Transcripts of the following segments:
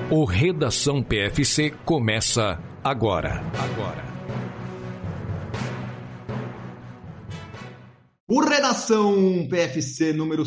O Redação PFC começa agora. O Redação PFC número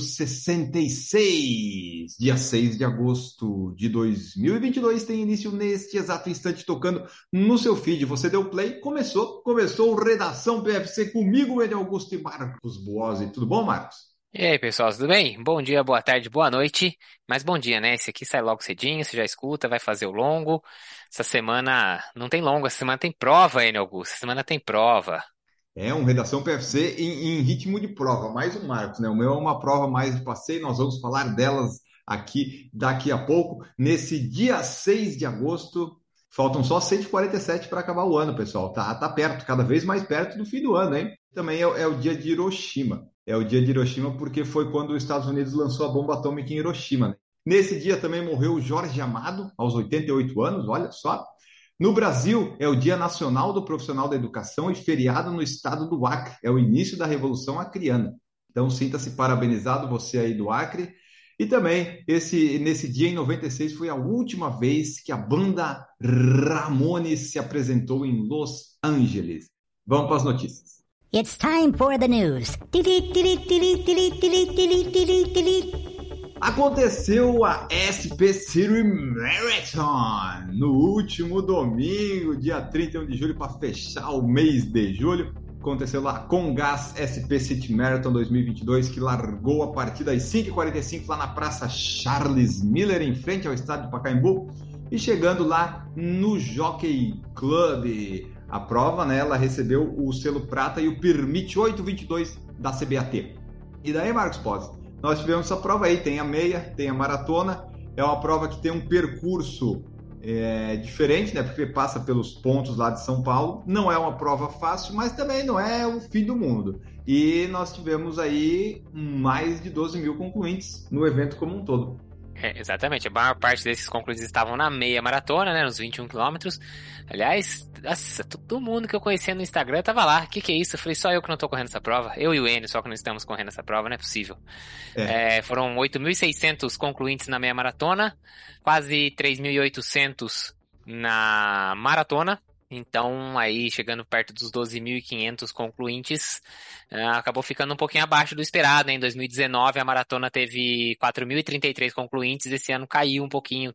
66, dia 6 de agosto de 2022, tem início neste exato instante, tocando no seu feed. Você deu play, começou o Redação PFC comigo, Ed Augusto e Marcos Boazzi. Tudo bom, Marcos? E aí, pessoal, tudo bem? Bom dia, boa tarde, boa noite. Mas bom dia, né? Esse aqui sai logo cedinho, você já escuta, vai fazer o longo. Essa semana não tem longo, essa semana tem prova, hein, Augusto? Essa semana tem prova. É um Redação PFC em ritmo de prova, mais um Marcos, né? O meu é uma prova mais de passeio, nós vamos falar delas aqui daqui a pouco, nesse dia 6 de agosto. Faltam só 147 para acabar o ano, pessoal. Tá perto, cada vez mais perto do fim do ano, hein? Também é o dia de Hiroshima. É o dia de Hiroshima porque foi quando os Estados Unidos lançou a bomba atômica em Hiroshima, né? Nesse dia também morreu o Jorge Amado, aos 88 anos, olha só. No Brasil, é o Dia Nacional do Profissional da Educação e feriado no estado do Acre. É o início da Revolução Acreana. Então, sinta-se parabenizado, você aí do Acre. E também, nesse dia, em 96, foi a última vez que a banda Ramones se apresentou em Los Angeles. Vamos para as notícias. It's time for the news. Aconteceu a SP City Marathon no último domingo, dia 31 de julho, para fechar o mês de julho. Aconteceu lá com Gás SP City Marathon 2022, que largou a partir das 5h45 lá na Praça Charles Miller, em frente ao estádio de Pacaembu, e chegando lá no Jockey Club. A prova, né, ela recebeu o selo prata e o Permite 822 da CBAT. E daí, Marcos Pozzi, nós tivemos essa prova aí, tem a meia, tem a maratona. É uma prova que tem um percurso diferente, né, porque passa pelos pontos lá de São Paulo. Não é uma prova fácil, mas também não é o fim do mundo. E nós tivemos aí mais de 12 mil concluintes no evento como um todo. Exatamente, a maior parte desses concluídos estavam na meia maratona, né, nos 21 quilômetros. Aliás, nossa, todo mundo que eu conhecia no Instagram tava lá. Que é isso? Eu falei, só eu que não tô correndo essa prova. Eu e o Enio só que não estamos correndo essa prova, não é possível. Foram 8.600 concluintes na meia maratona, quase 3.800 na maratona. Então, aí, chegando perto dos 12.500 concluintes, acabou ficando um pouquinho abaixo do esperado, né? Em 2019, a maratona teve 4.033 concluintes, esse ano caiu um pouquinho,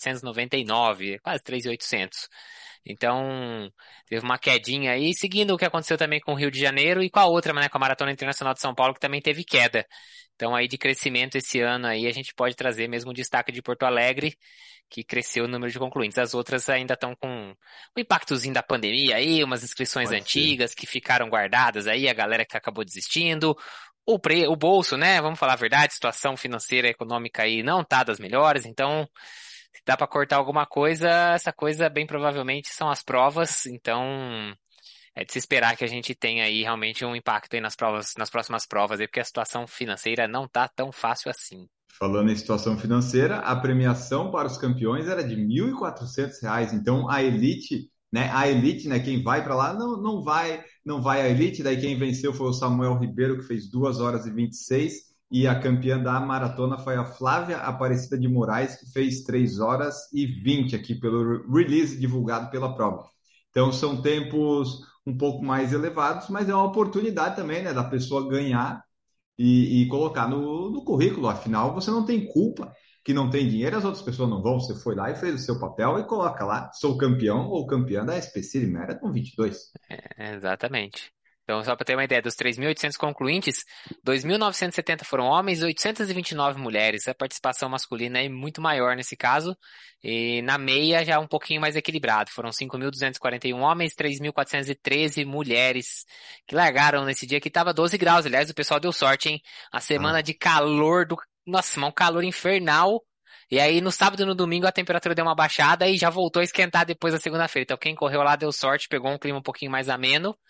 3.799, quase 3.800. Então, teve uma quedinha aí, seguindo o que aconteceu também com o Rio de Janeiro e com a outra, né, com a Maratona Internacional de São Paulo, que também teve queda. Então, aí, de crescimento esse ano aí, a gente pode trazer mesmo o destaque de Porto Alegre, que cresceu o número de concluintes. As outras ainda estão com o impactozinho da pandemia aí, umas inscrições antigas que ficaram guardadas aí, a galera que acabou desistindo. O bolso, né? Vamos falar a verdade, situação financeira e econômica aí não tá das melhores, então se dá para cortar alguma coisa, essa coisa bem provavelmente são as provas, então é de se esperar que a gente tenha aí realmente um impacto aí nas próximas provas aí, porque a situação financeira não tá tão fácil assim. Falando em situação financeira, a premiação para os campeões era de R$ 1.400. Então a elite, né, quem vai para lá não vai a elite. Daí quem venceu foi o Samuel Ribeiro, que fez 2 horas e 26, e a campeã da maratona foi a Flávia Aparecida de Moraes, que fez 3 horas e 20 aqui pelo release divulgado pela prova. Então são tempos um pouco mais elevados, mas é uma oportunidade também, né, da pessoa ganhar e colocar no currículo. Afinal, você não tem culpa que não tem dinheiro, as outras pessoas não vão. Você foi lá e fez o seu papel e coloca lá, sou campeão ou campeã da SP City Marathon 22. Exatamente. Então, só para ter uma ideia, dos 3.800 concluintes, 2.970 foram homens e 829 mulheres. A participação masculina é muito maior nesse caso. E na meia já um pouquinho mais equilibrado. Foram 5.241 homens, 3.413 mulheres que largaram nesse dia que estava 12 graus. Aliás, o pessoal deu sorte, hein? A semana de calor Nossa, um calor infernal. E aí no sábado e no domingo a temperatura deu uma baixada e já voltou a esquentar depois da segunda-feira. Então quem correu lá deu sorte, pegou um clima um pouquinho mais ameno.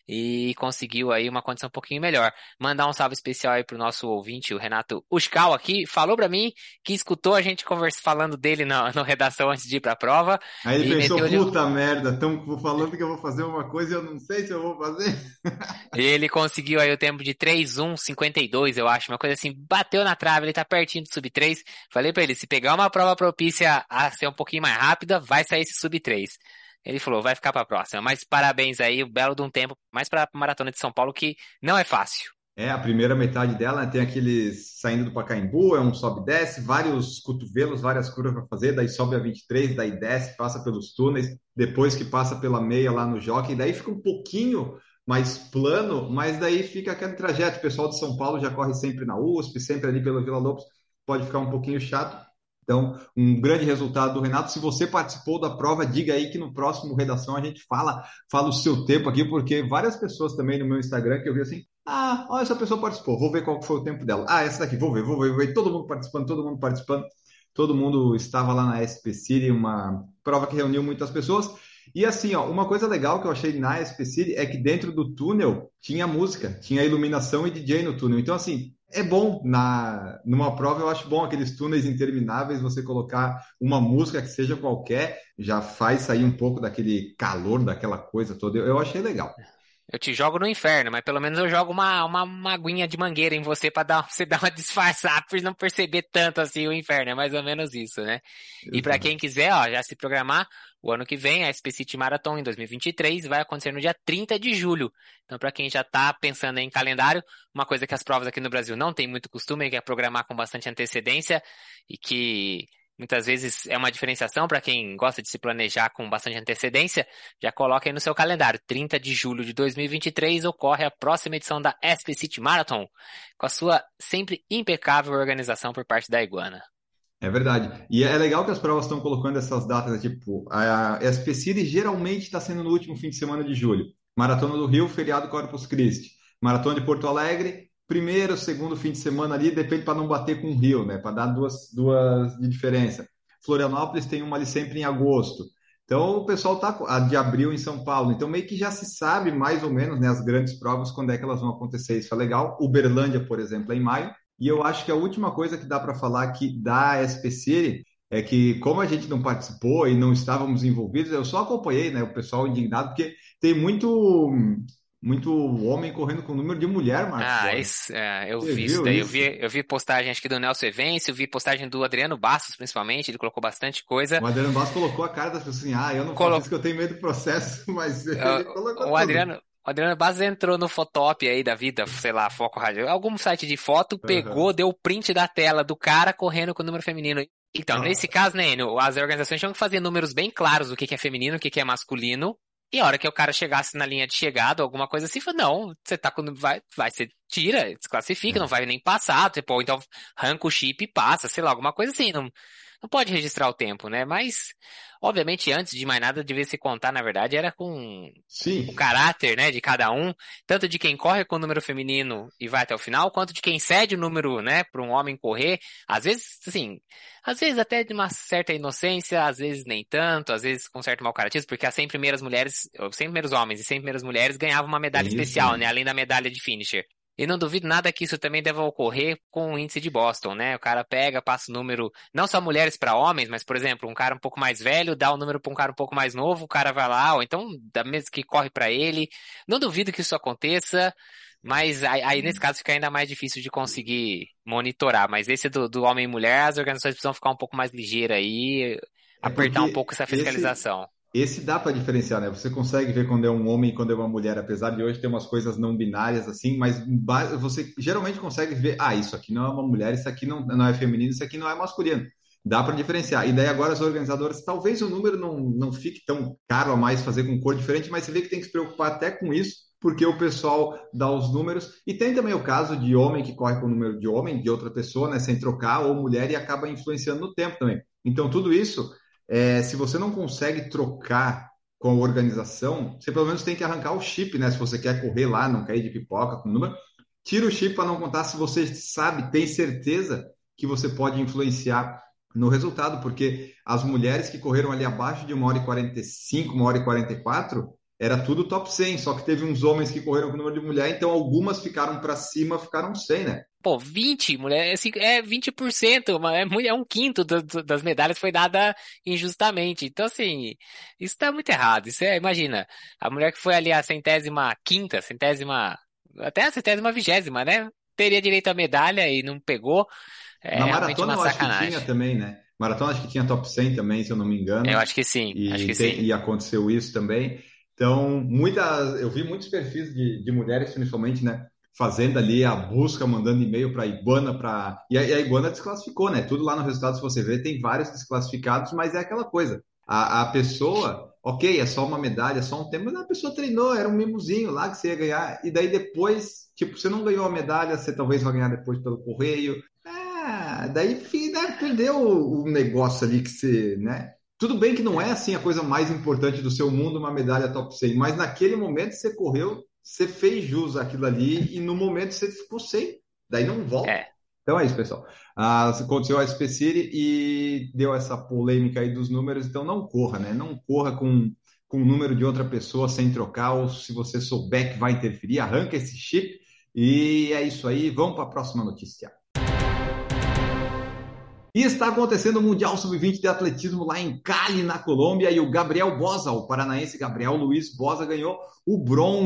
e conseguiu aí uma condição um pouquinho melhor. Mandar um salve especial aí pro nosso ouvinte, o Renato Uskal aqui, falou pra mim que escutou a gente falando dele no redação antes de ir pra prova Aí ele e pensou, meteu-lhe. puta merda, estão falando que eu vou fazer uma coisa e eu não sei se eu vou fazer. Ele conseguiu aí o tempo de 3:1:52, eu acho, uma coisa assim, bateu na trave, ele tá pertinho do sub 3. Falei pra ele, se pegar uma prova propícia a ser um pouquinho mais rápida, vai sair esse sub 3. Ele falou, vai ficar pra próxima. Mas parabéns aí, o belo de um tempo, mais pra Maratona de São Paulo, que não é fácil. É, a primeira metade dela, né, tem aqueles saindo do Pacaembu, é um sobe e desce, vários cotovelos, várias curvas para fazer, daí sobe a 23, daí desce, passa pelos túneis, depois que passa pela meia lá no Jockey, daí fica um pouquinho mais plano, mas daí fica aquele trajeto. O pessoal de São Paulo já corre sempre na USP, sempre ali pela Vila Lobos, pode ficar um pouquinho chato. Então, um grande resultado do Renato. Se você participou da prova, diga aí que no próximo Redação a gente fala o seu tempo aqui, porque várias pessoas também no meu Instagram que eu vi assim, olha, essa pessoa participou, vou ver qual foi o tempo dela. Essa daqui, vou ver. Todo mundo participando, todo mundo participando. Todo mundo estava lá na SP City, uma prova que reuniu muitas pessoas. E assim, ó, uma coisa legal que eu achei na SP City é que dentro do túnel tinha música, tinha iluminação e DJ no túnel. Então, assim, é bom numa prova, eu acho bom aqueles túneis intermináveis, você colocar uma música que seja qualquer, já faz sair um pouco daquele calor, daquela coisa toda. Eu achei legal. Eu te jogo no inferno, mas pelo menos eu jogo uma aguinha de mangueira em você pra você dar uma disfarçada por não perceber tanto assim o inferno. É mais ou menos isso, né? E pra Exato. quem quiser, ó, já se programar, o ano que vem, a SP City Marathon em 2023 vai acontecer no dia 30 de julho. Então, pra quem já tá pensando em calendário, uma coisa que as provas aqui no Brasil não tem muito costume, que é programar com bastante antecedência e que muitas vezes é uma diferenciação para quem gosta de se planejar com bastante antecedência. Já coloca aí no seu calendário. 30 de julho de 2023 ocorre a próxima edição da SP City Marathon, com a sua sempre impecável organização por parte da Iguana. É verdade. E é legal que as provas estão colocando essas datas, né? Tipo, a SP City geralmente está sendo no último fim de semana de julho. Maratona do Rio, feriado Corpus Christi. Maratona de Porto Alegre, primeiro, segundo fim de semana ali, depende para não bater com o Rio, né? Para dar duas de diferença. Florianópolis tem uma ali sempre em agosto. Então, o pessoal tá a de abril em São Paulo. Então, meio que já se sabe mais ou menos, né, as grandes provas, quando é que elas vão acontecer. Isso é legal. Uberlândia, por exemplo, é em maio. E eu acho que a última coisa que dá para falar aqui da SP City é que, como a gente não participou e não estávamos envolvidos, eu só acompanhei, né, o pessoal indignado, porque tem muito homem correndo com o número de mulher, Marcos Borges. Eu Você vi isso viu daí. isso? Eu vi postagem acho que do Nelson Evêncio, eu vi postagem do Adriano Bastos, principalmente, ele colocou bastante coisa. O Adriano Bastos colocou a cara das pessoas assim, eu não faço isso que eu tenho medo do processo, mas ele colocou O tudo. Adriano Bastos entrou no Fotop aí da vida, sei lá, Foco Rádio, algum site de foto, pegou, Aham. deu o print da tela do cara correndo com o número feminino. Então, nesse Não, caso, né, Enio, as organizações tinham que fazer números bem claros do que é feminino, o que é masculino. E a hora que o cara chegasse na linha de chegada, alguma coisa assim, falou, não, você tá quando você tira, desclassifica, não é. vai nem passar, tipo, ou então arranca o chip e passa, sei lá, alguma coisa assim, não pode registrar o tempo, né? Mas, obviamente, antes de mais nada, devia se contar, na verdade, era com Sim, o caráter, né, de cada um, tanto de quem corre com o número feminino e vai até o final, quanto de quem cede o número, né, para um homem correr. Às vezes, assim, às vezes até de uma certa inocência, às vezes nem tanto, às vezes com certo mau caratismo, porque as 100 primeiras mulheres, os 100 primeiros homens e 100 primeiras mulheres ganhavam uma medalha tem isso especial, né, também. além da medalha de finisher. E não duvido nada que isso também deva ocorrer com o índice de Boston, né? O cara pega, passa o número, não só mulheres para homens, mas, por exemplo, um cara um pouco mais velho dá o número para um cara um pouco mais novo, o cara vai lá, ou então dá mesmo que corre para ele. Não duvido que isso aconteça, mas aí nesse caso fica ainda mais difícil de conseguir monitorar. Mas esse do homem e mulher, as organizações precisam ficar um pouco mais ligeiras aí, É apertar um porque pouco essa esse fiscalização. Esse dá para diferenciar, né? Você consegue ver quando é um homem e quando é uma mulher, apesar de hoje ter umas coisas não binárias assim, mas você geralmente consegue ver, isso aqui não é uma mulher, isso aqui não é feminino, isso aqui não é masculino. Dá para diferenciar. E daí agora as organizadoras, talvez o número não fique tão caro a mais fazer com cor diferente, mas você vê que tem que se preocupar até com isso, porque o pessoal dá os números. E tem também o caso de homem que corre com o número de homem, de outra pessoa, né, sem trocar, ou mulher, e acaba influenciando no tempo também. Então, tudo isso se você não consegue trocar com a organização, você pelo menos tem que arrancar o chip, né? Se você quer correr lá, não cair de pipoca com o número, tira o chip para não contar se você sabe, tem certeza que você pode influenciar no resultado, porque as mulheres que correram ali abaixo de 1h45, 1h44, era tudo top 100, só que teve uns homens que correram com o número de mulher, então algumas ficaram para cima, ficaram 100, né? Pô, 20, mulher, é 20%, é um quinto das medalhas foi dada injustamente. Então, assim, isso tá muito errado. Imagina, a mulher que foi ali a centésima quinta, até a centésima vigésima, né? Teria direito à medalha e não pegou. É Na realmente maratona uma eu acho que sacanagem. tinha também, né? Maratona acho que tinha top 100 também, se eu não me Eu engano, acho que sim, acho que sim. e aconteceu isso também. Então, eu vi muitos perfis de mulheres, principalmente, né? Fazendo ali a busca, mandando e-mail para a Iguana, e a Iguana desclassificou, né? Tudo lá no resultado, se você ver, tem vários desclassificados, mas é aquela coisa. A pessoa, ok, é só uma medalha, é só um tempo, mas a pessoa treinou, era um mimozinho lá que você ia ganhar, e daí depois, tipo, você não ganhou a medalha, você talvez vai ganhar depois pelo correio. Daí perdeu o negócio ali que você, né? Tudo bem que não é assim a coisa mais importante do seu mundo, uma medalha top 100, mas naquele momento você correu, você fez jus àquilo ali e no momento você ficou sem, daí não volta. É. Então é isso, pessoal. Aconteceu a SP City e deu essa polêmica aí dos números, então não corra, né? Não corra com o número de outra pessoa sem trocar, ou se você souber que vai interferir, arranca esse chip e é isso aí. Vamos para a próxima notícia. E está acontecendo o Mundial Sub-20 de Atletismo lá em Cali, na Colômbia, e o Gabriel Bosa, o paranaense Gabriel Luiz Bosa, ganhou o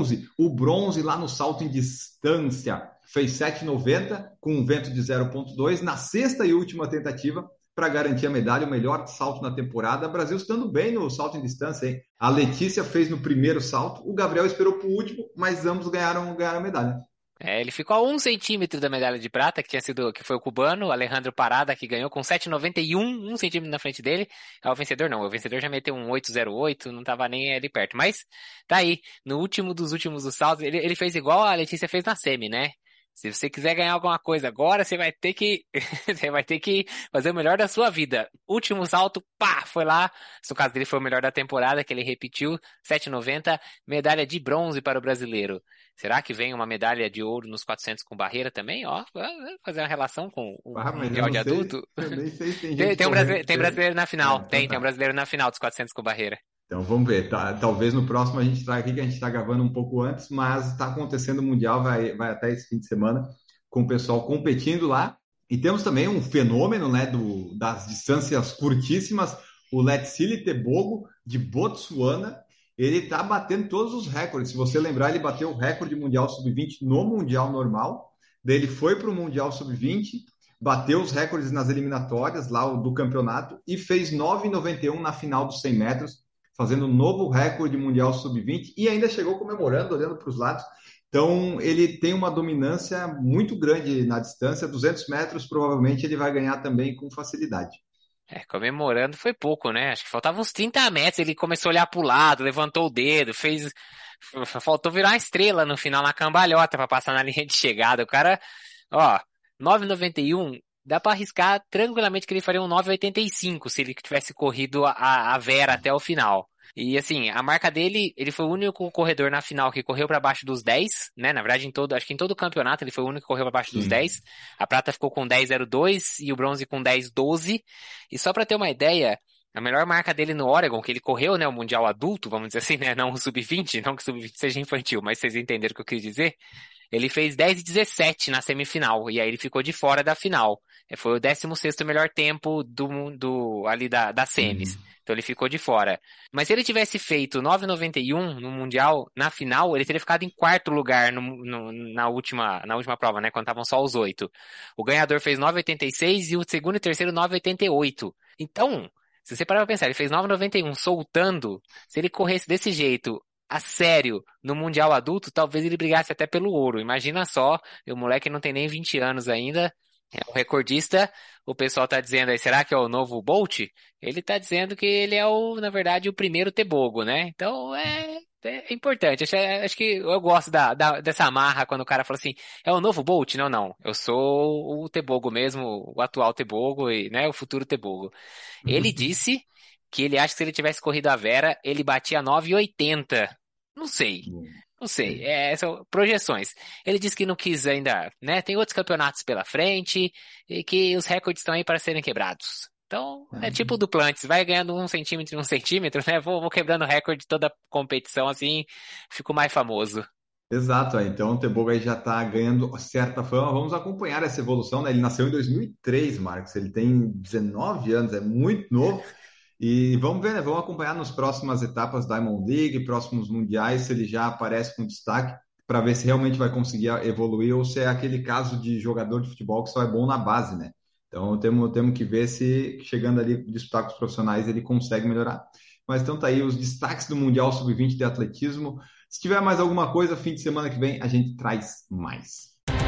bronze lá no salto em distância. Fez 7,90 com um vento de 0,2 na sexta e última tentativa para garantir a medalha, o melhor salto na temporada. O Brasil estando bem no salto em distância, hein? A Letícia fez no primeiro salto, o Gabriel esperou para o último, mas ambos ganharam a medalha. Ele ficou a 1 centímetro da medalha de prata, que foi o cubano, o Alejandro Parada, que ganhou com 7,91, 1 centímetro na frente dele. O vencedor não, o vencedor já meteu um 8,08, não tava nem ali perto. Mas tá aí, no último dos últimos dos saltos, ele fez igual a Letícia fez na semi, né? Se você quiser ganhar alguma coisa agora, você vai ter que você vai ter que fazer o melhor da sua vida. Último salto, pá, foi lá. No caso dele foi o melhor da temporada, que ele repetiu, 7,90, medalha de bronze para o brasileiro. Será que vem uma medalha de ouro nos 400 com barreira também? Ó, fazer uma relação com o Mas eu Mundial não de sei, Adulto? eu nem sei se tem Tem, gente tem um correndo. brasileiro, tem brasileiro na final. Então Tem um tá. brasileiro na final dos 400 com barreira. Então vamos ver, tá? Talvez no próximo a gente traga aqui, que a gente está gravando um pouco antes, mas está acontecendo o Mundial, vai até esse fim de semana, com o pessoal competindo lá. E temos também um fenômeno, né, das distâncias curtíssimas, o Letsile Tebogo, de Botsuana. Ele está batendo todos os recordes. Se você lembrar, ele bateu o recorde mundial sub-20 no Mundial normal. Daí ele foi para o Mundial sub-20, bateu os recordes nas eliminatórias lá do campeonato e fez 9,91 na final dos 100 metros, fazendo um novo recorde mundial sub-20 e ainda chegou comemorando, olhando para os lados. Então, ele tem uma dominância muito grande na distância, 200 metros, provavelmente ele vai ganhar também com facilidade. Comemorando foi pouco, né? Acho que faltava uns 30 metros. Ele começou a olhar pro lado, levantou o dedo, faltou virar uma estrela no final na cambalhota pra passar na linha de chegada. O cara, ó, 9,91, dá pra arriscar tranquilamente que ele faria um 9,85 se ele tivesse corrido a Vera até o final. E assim, a marca dele, ele foi o único corredor na final que correu pra baixo dos 10, né? Na verdade, acho que em todo o campeonato ele foi o único que correu pra baixo dos Sim. 10. A prata ficou com 10,02 e o bronze com 10,12. E só pra ter uma ideia, a melhor marca dele no Oregon, que ele correu, né, o Mundial Adulto, vamos dizer assim, né, não o Sub-20, não que o Sub-20 seja infantil, mas vocês entenderam o que eu quis dizer. Ele fez 10,17 na semifinal, e aí ele ficou de fora da final. Foi o 16º melhor tempo ali da semis. Então ele ficou de fora. Mas se ele tivesse feito 9,91 no Mundial, na final, ele teria ficado em quarto lugar na última prova, né? Quando estavam só os 8. O ganhador fez 9,86 e o segundo e terceiro 9,88. Então, se você parar pra pensar, ele fez 9,91 soltando. Se ele corresse desse jeito, a sério, no Mundial Adulto, talvez ele brigasse até pelo ouro. Imagina só, o moleque não tem nem 20 anos ainda. É o recordista, o pessoal tá dizendo aí, será que é o novo Bolt? Ele tá dizendo que ele é na verdade, o primeiro Tebogo, né? Então é importante. Acho que eu gosto dessa amarra quando o cara fala assim, é o novo Bolt? Não, não. Eu sou o Tebogo mesmo, o atual Tebogo e, né, o futuro Tebogo. Ele disse que ele acha que se ele tivesse corrido a Vera, ele batia 9,80. Não sei. Não sei, são projeções. Ele disse que não quis ainda, né? Tem outros campeonatos pela frente e que os recordes estão aí para serem quebrados. Então, é tipo o Duplantis, vai ganhando 1 centímetro, né? Vou quebrando o recorde de toda a competição, assim, fico mais famoso. Exato, então o Tebogo aí já está ganhando certa fama. Vamos acompanhar essa evolução, né? Ele nasceu em 2003, Marcos. Ele tem 19 anos, é muito novo. E vamos ver, né? Vamos acompanhar nas próximas etapas da Diamond League, próximos mundiais, se ele já aparece com destaque, para ver se realmente vai conseguir evoluir ou se é aquele caso de jogador de futebol que só é bom na base, né? Então temos que ver se chegando ali disputar com os profissionais ele consegue melhorar. Mas então tá aí os destaques do Mundial Sub-20 de atletismo. Se tiver mais alguma coisa, fim de semana que vem a gente traz mais.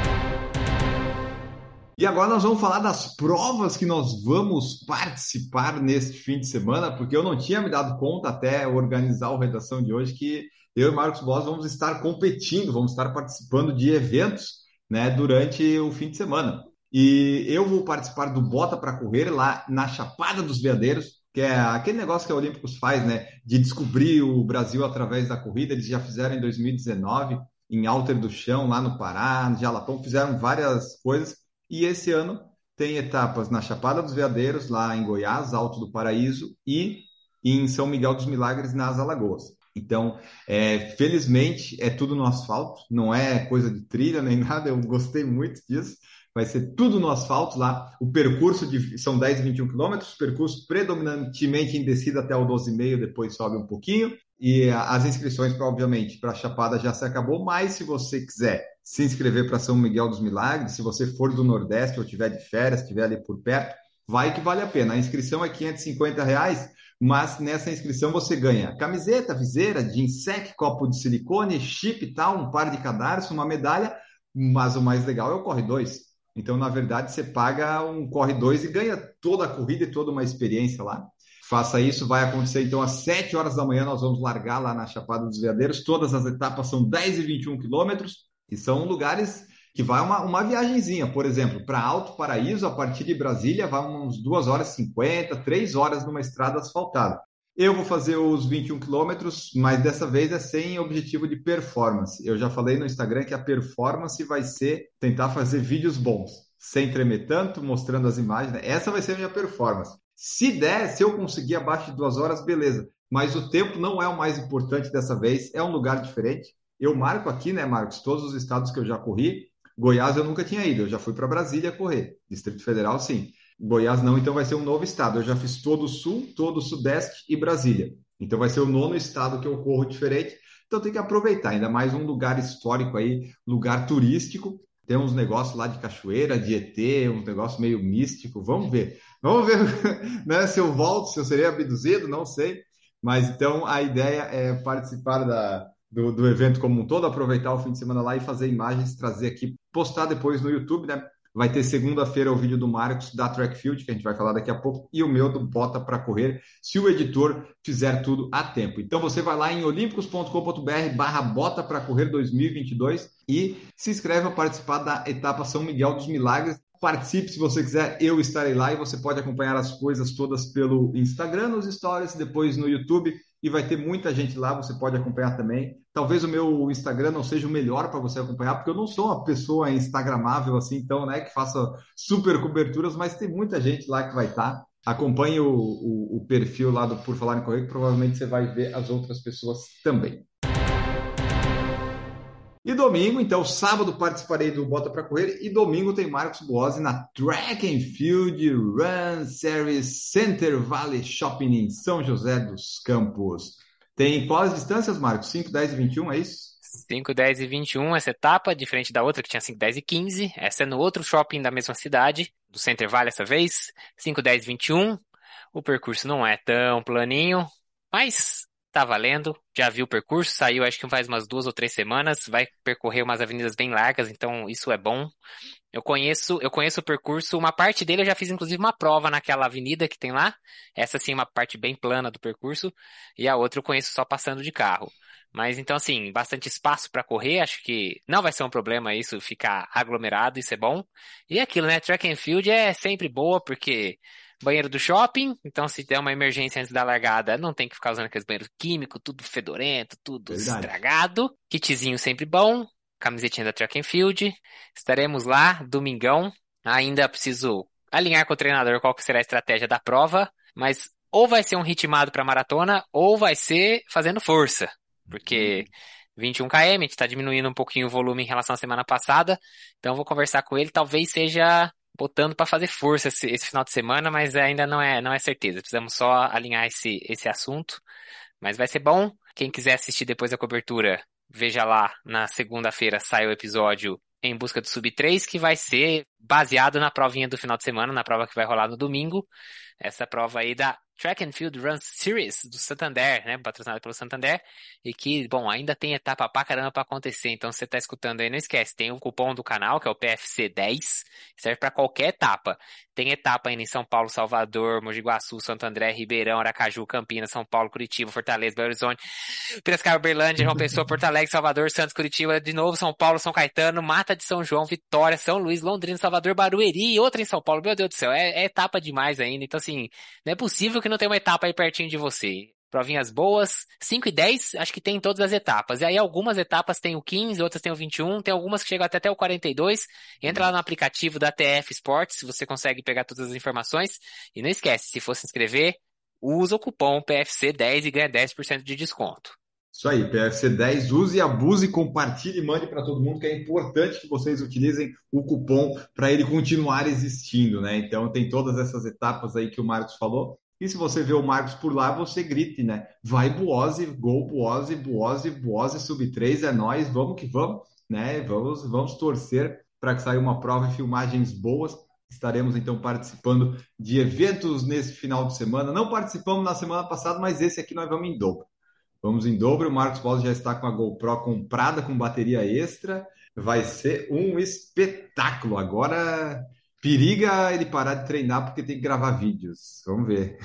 E agora nós vamos falar das provas que nós vamos participar neste fim de semana, porque eu não tinha me dado conta até organizar a redação de hoje que eu e Marcos Boas vamos estar competindo, vamos estar participando de eventos, né, durante o fim de semana. E eu vou participar do Bota para Correr lá na Chapada dos Veadeiros, que é aquele negócio que a Olímpicos faz, né, de descobrir o Brasil através da corrida. Eles já fizeram em 2019, em Alter do Chão, lá no Pará, no Jalapão, fizeram várias coisas. E esse ano tem etapas na Chapada dos Veadeiros, lá em Goiás, Alto do Paraíso, e em São Miguel dos Milagres, nas Alagoas. Então, felizmente, é tudo no asfalto, não é coisa de trilha nem nada, eu gostei muito disso. Vai ser tudo no asfalto lá. O percurso são 10 e 21 quilômetros, percurso predominantemente em descida até o 12,5, depois sobe um pouquinho. E as inscrições, obviamente, para a Chapada já se acabou, mas se você quiser se inscrever para São Miguel dos Milagres, se você for do Nordeste ou tiver de férias, estiver ali por perto, vai que vale a pena. A inscrição é R$ 550, mas nessa inscrição você ganha camiseta, viseira, jeans sec, copo de silicone, chip e tal, um par de cadarço, uma medalha, mas o mais legal é o Corre 2. Então, na verdade, você paga um Corre 2 e ganha toda a corrida e toda uma experiência lá. Faça isso, vai acontecer então às 7 horas da manhã, nós vamos largar lá na Chapada dos Veadeiros. Todas as etapas são 10 e 21 quilômetros e são lugares que vai uma viagenzinha. Por exemplo, para Alto Paraíso, a partir de Brasília, vai uns 2 horas e 50, 3 horas numa estrada asfaltada. Eu vou fazer os 21 quilômetros, mas dessa vez é sem objetivo de performance. Eu já falei no Instagram que a performance vai ser tentar fazer vídeos bons, sem tremer tanto, mostrando as imagens. Essa vai ser a minha performance. Se der, se eu conseguir abaixo de 2 horas, beleza. Mas o tempo não é o mais importante dessa vez, é um lugar diferente. Eu marco aqui, né, Marcos, todos os estados que eu já corri. Goiás eu nunca tinha ido, eu já fui para Brasília correr. Distrito Federal, sim. Goiás não, então vai ser um novo estado. Eu já fiz todo o Sul, todo o Sudeste e Brasília. Então vai ser o 9º estado que eu corro diferente. Então tem que aproveitar, ainda mais um lugar histórico aí, lugar turístico. Tem uns negócios lá de cachoeira, de ET, um negócio meio místico. Vamos ver. Vamos ver, né, se eu volto, se eu serei abduzido, não sei. Mas então a ideia é participar do evento como um todo, aproveitar o fim de semana lá e fazer imagens, trazer aqui, postar depois no YouTube, né? Vai ter segunda-feira o vídeo do Marcos da Track Field, que a gente vai falar daqui a pouco, e o meu do Bota para Correr, se o editor fizer tudo a tempo. Então você vai lá em olympicos.com.br/Bota para Correr 2022 e se inscreve para participar da etapa São Miguel dos Milagres. Participe se você quiser, eu estarei lá e você pode acompanhar as coisas todas pelo Instagram, nos stories, depois no YouTube. E vai ter muita gente lá, você pode acompanhar também. Talvez o meu Instagram não seja o melhor para você acompanhar, porque eu não sou uma pessoa instagramável assim, então, né, que faça super coberturas, mas tem muita gente lá que vai estar. Acompanhe o perfil lá do Por Falar em Correr, que provavelmente você vai ver as outras pessoas também. E domingo, então, sábado participarei do Bota para Correr e domingo tem Marcos Boazzi na Track and Field Run Series Center Valley Shopping em São José dos Campos. Tem quais distâncias, Marcos? 5, 10 e 21, é isso? 5, 10 e 21, essa etapa, diferente da outra que tinha 5, 10 e 15. Essa é no outro shopping da mesma cidade, do Center Valley essa vez. 5, 10 e 21. O percurso não é tão planinho, mas tá valendo. Já vi o percurso, saiu acho que faz umas 2 ou 3 semanas. Vai percorrer umas avenidas bem largas, então isso é bom. Eu conheço o percurso, uma parte dele eu já fiz inclusive uma prova naquela avenida que tem lá. Essa sim é uma parte bem plana do percurso. E a outra eu conheço só passando de carro. Mas então assim, bastante espaço para correr, acho que não vai ser um problema isso, ficar aglomerado, isso é bom. E aquilo, né, track and field é sempre boa, porque banheiro do shopping, então se der uma emergência antes da largada, não tem que ficar usando aqueles banheiros químicos, tudo fedorento, tudo estragado. Kitzinho sempre bom, camisetinha da track and field. Estaremos lá, domingão, ainda preciso alinhar com o treinador qual que será a estratégia da prova, mas ou vai ser um ritmado para maratona, ou vai ser fazendo força, porque 21 km, a gente tá diminuindo um pouquinho o volume em relação à semana passada, então eu vou conversar com ele, talvez seja botando para fazer força esse final de semana, mas ainda não é certeza, precisamos só alinhar esse assunto, mas vai ser bom. Quem quiser assistir depois da cobertura, veja lá, na segunda-feira sai o episódio Em Busca do Sub 3, que vai ser baseado na provinha do final de semana, na prova que vai rolar no domingo. Essa prova aí da Track and Field Run Series do Santander, né, patrocinada pelo Santander, e que, bom, ainda tem etapa pra caramba pra acontecer, então se você tá escutando aí, não esquece, tem o cupom do canal, que é o PFC10, serve pra qualquer etapa. Tem etapa ainda em São Paulo, Salvador, Mogi Guaçu, Santo André, Ribeirão, Aracaju, Campinas, São Paulo, Curitiba, Fortaleza, Belo Horizonte, Piracicaba, Uberlândia, João Pessoa, Porto Alegre, Salvador, Santos, Curitiba, de novo São Paulo, São Caetano, Mata de São João, Vitória, São Luís, Londrina, Salvador, Barueri e outra em São Paulo. Meu Deus do céu, é etapa demais ainda. Então, assim, não é possível que não tenha uma etapa aí pertinho de você. Provinhas boas, 5 e 10, acho que tem em todas as etapas. E aí algumas etapas tem o 15, outras tem o 21, tem algumas que chegam até o 42. Entra lá no aplicativo da TF Sports, você consegue pegar todas as informações. E não esquece, se for se inscrever, usa o cupom PFC10 e ganha 10% de desconto. Isso aí, PFC10, use, abuse, compartilhe e mande para todo mundo, que é importante que vocês utilizem o cupom para ele continuar existindo, né? Então tem todas essas etapas aí que o Marcos falou. E se você vê o Marcos por lá, você grite, né? Vai Buozzi, gol Buozzi, Buozzi, Buozzi, sub 3, é nóis, vamos que vamos, né? Vamos torcer para que saia uma prova e filmagens boas. Estaremos então participando de eventos nesse final de semana. Não participamos na semana passada, mas esse aqui nós vamos em dobro. Vamos em dobro, o Marcos Paulo já está com a GoPro comprada com bateria extra. Vai ser um espetáculo. Agora periga ele parar de treinar porque tem que gravar vídeos. Vamos ver.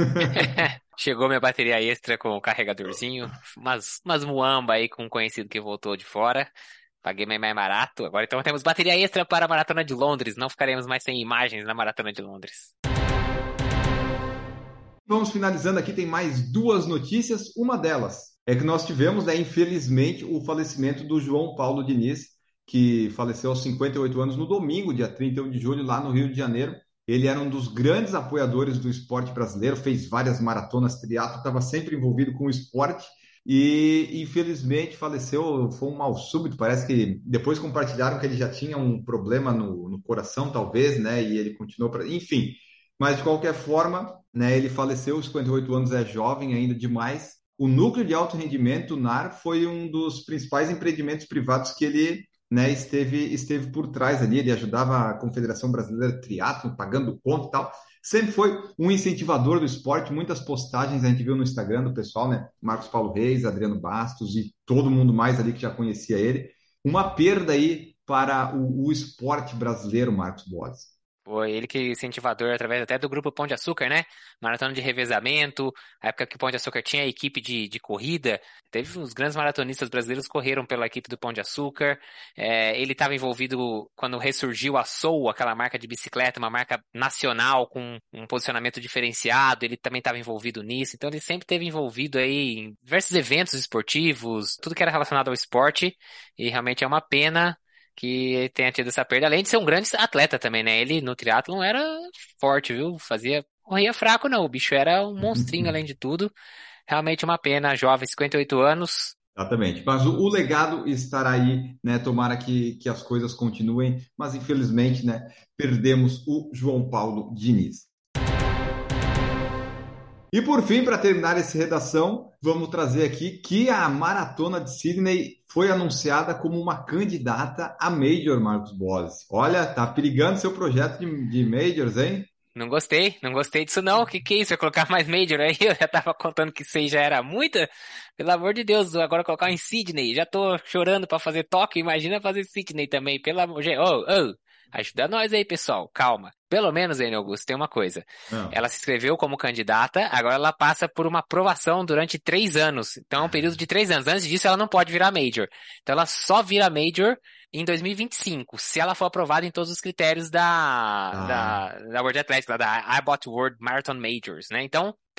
Chegou minha bateria extra com o carregadorzinho, umas muamba aí com um conhecido que voltou de fora. Paguei mais barato. Agora então temos bateria extra para a Maratona de Londres. Não ficaremos mais sem imagens na Maratona de Londres. Vamos finalizando aqui, tem mais duas notícias. Uma delas é que nós tivemos, né, infelizmente, o falecimento do João Paulo Diniz, que faleceu aos 58 anos no domingo, dia 31 de julho, lá no Rio de Janeiro. Ele era um dos grandes apoiadores do esporte brasileiro, fez várias maratonas, triatlo, estava sempre envolvido com o esporte e, infelizmente, faleceu. Foi um mal súbito. Parece que depois compartilharam que ele já tinha um problema no coração, talvez, né? E ele continuou para. Enfim. Mas, de qualquer forma, né, ele faleceu, os 58 anos, é jovem ainda demais. O Núcleo de Alto Rendimento, o NAR, foi um dos principais empreendimentos privados que ele, né, esteve por trás ali. Ele ajudava a Confederação Brasileira de Triatlo, pagando conta e tal. Sempre foi um incentivador do esporte. Muitas postagens a gente viu no Instagram do pessoal, né? Marcos Paulo Reis, Adriano Bastos e todo mundo mais ali que já conhecia ele. Uma perda aí para o esporte brasileiro, Marcos Buozzi. Foi ele que incentivador através até do grupo Pão de Açúcar, né? Maratona de revezamento, a época que o Pão de Açúcar tinha a equipe de corrida, teve uns grandes maratonistas brasileiros que correram pela equipe do Pão de Açúcar. Ele estava envolvido quando ressurgiu a Soul, aquela marca de bicicleta, uma marca nacional com um posicionamento diferenciado, ele também estava envolvido nisso, então ele sempre esteve envolvido aí em diversos eventos esportivos, tudo que era relacionado ao esporte, e realmente é uma pena que tenha tido essa perda, além de ser um grande atleta também, né? Ele no triatlo não era forte, viu? Corria fraco não, o bicho era um monstrinho além de tudo. Realmente uma pena, jovem, 58 anos. Exatamente, mas o legado estará aí, né? Tomara que as coisas continuem, mas infelizmente, né, perdemos o João Paulo Diniz. E por fim, para terminar essa redação, vamos trazer aqui que a Maratona de Sydney foi anunciada como uma candidata a Major, Marcos Buozzi. Olha, tá perigando seu projeto de Majors, hein? Não gostei disso não. O que é isso? Vai colocar mais Major aí? Eu já tava contando que 6 já era muita. Pelo amor de Deus, agora colocar em Sydney. Já tô chorando para fazer Tóquio, imagina fazer Sydney também. Pelo amor de Deus. Ajuda nós aí, pessoal. Calma. Pelo menos, Enio Augusto, tem uma coisa. Ela se inscreveu como candidata, agora ela passa por uma aprovação durante 3 anos. Então é um período de 3 anos. Antes disso, ela não pode virar Major. Então ela só vira Major em 2025, se ela for aprovada em todos os critérios da World Athletics, da Abbott World Marathon Majors, né? Então,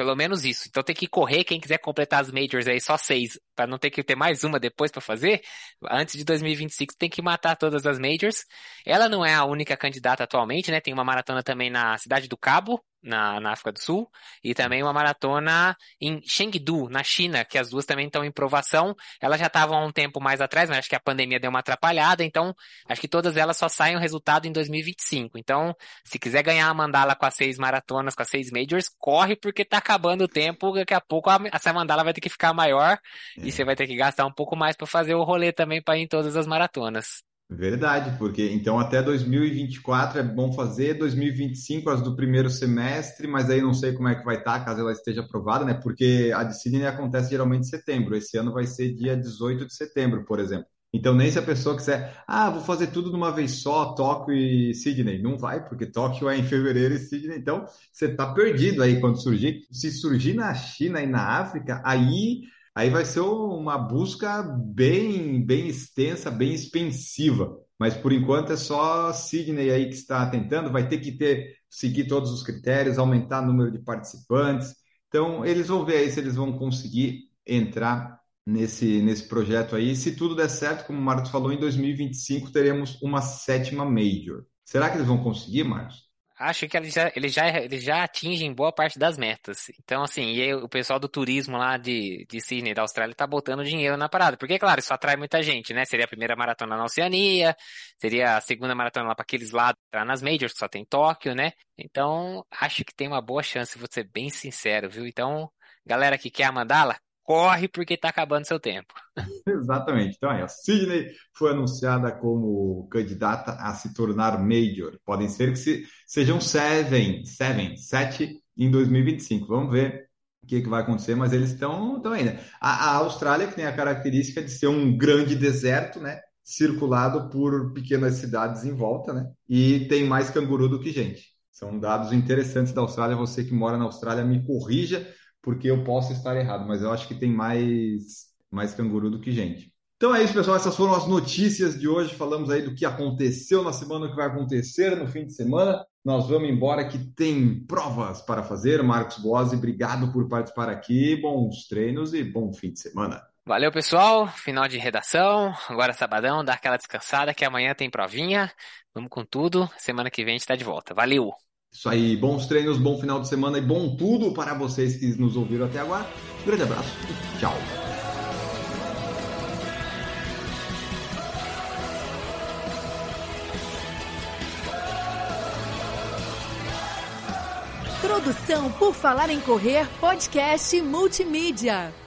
Pelo menos isso. Então tem que correr, quem quiser completar as majors aí, só 6, para não ter que ter mais uma depois para fazer, antes de 2025 tem que matar todas as majors. Ela não é a única candidata atualmente, né? Tem uma maratona também na Cidade do Cabo, na África do Sul, e também uma maratona em Chengdu, na China, que as duas também estão em provação. Elas já estavam há um tempo mais atrás, mas acho que a pandemia deu uma atrapalhada, então acho que todas elas só saem o resultado em 2025. Então, se quiser ganhar a mandala com as 6 maratonas, com as 6 majors, corre porque tá acabando o tempo, daqui a pouco essa mandala vai ter que ficar maior e você vai ter que gastar um pouco mais para fazer o rolê também para ir em todas as maratonas. Verdade, porque então até 2024 é bom fazer, 2025 as do primeiro semestre, mas aí não sei como é que vai estar, caso ela esteja aprovada, né? Porque a de Sydney acontece geralmente em setembro, esse ano vai ser dia 18 de setembro, por exemplo. Então nem se a pessoa quiser, vou fazer tudo de uma vez só, Tóquio e Sydney, não vai, porque Tóquio é em fevereiro e Sydney, então você tá perdido aí quando surgir. Se surgir na China e na África, aí vai ser uma busca bem extensa, bem expensiva. Mas por enquanto é só Sydney aí que está tentando, vai ter que seguir todos os critérios, aumentar o número de participantes. Então eles vão ver aí se eles vão conseguir entrar nesse projeto aí. Se tudo der certo, como o Marcos falou, em 2025 teremos uma 7ª Major. Será que eles vão conseguir, Marcos? Acho que eles já atingem boa parte das metas. Então, assim, e aí o pessoal do turismo lá de Sydney, da Austrália, tá botando dinheiro na parada. Porque, claro, isso atrai muita gente, né? Seria a primeira maratona na Oceania, seria a segunda maratona lá para aqueles lados, entrar nas majors, que só tem Tóquio, né? Então, acho que tem uma boa chance, vou ser bem sincero, viu? Então, galera que quer a mandala, corre porque tá acabando seu tempo. Exatamente. Então, a Sydney foi anunciada como candidata a se tornar Major. Podem ser que sejam 7 em 2025. Vamos ver o que vai acontecer, mas eles estão ainda. A Austrália, que tem a característica de ser um grande deserto, né? Circulado por pequenas cidades em volta, né? E tem mais canguru do que gente. São dados interessantes da Austrália. Você que mora na Austrália, me corrija, porque eu posso estar errado, mas eu acho que tem mais canguru do que gente. Então é isso, pessoal. Essas foram as notícias de hoje. Falamos aí do que aconteceu na semana, o que vai acontecer no fim de semana. Nós vamos embora que tem provas para fazer. Marcos Boazzi, obrigado por participar aqui. Bons treinos e bom fim de semana. Valeu, pessoal. Final de redação. Agora sabadão, dá aquela descansada que amanhã tem provinha. Vamos com tudo. Semana que vem a gente tá de volta. Valeu! Isso aí, bons treinos, bom final de semana e bom tudo para vocês que nos ouviram até agora. Um grande abraço e tchau! Produção por Falar em Correr, podcast multimídia.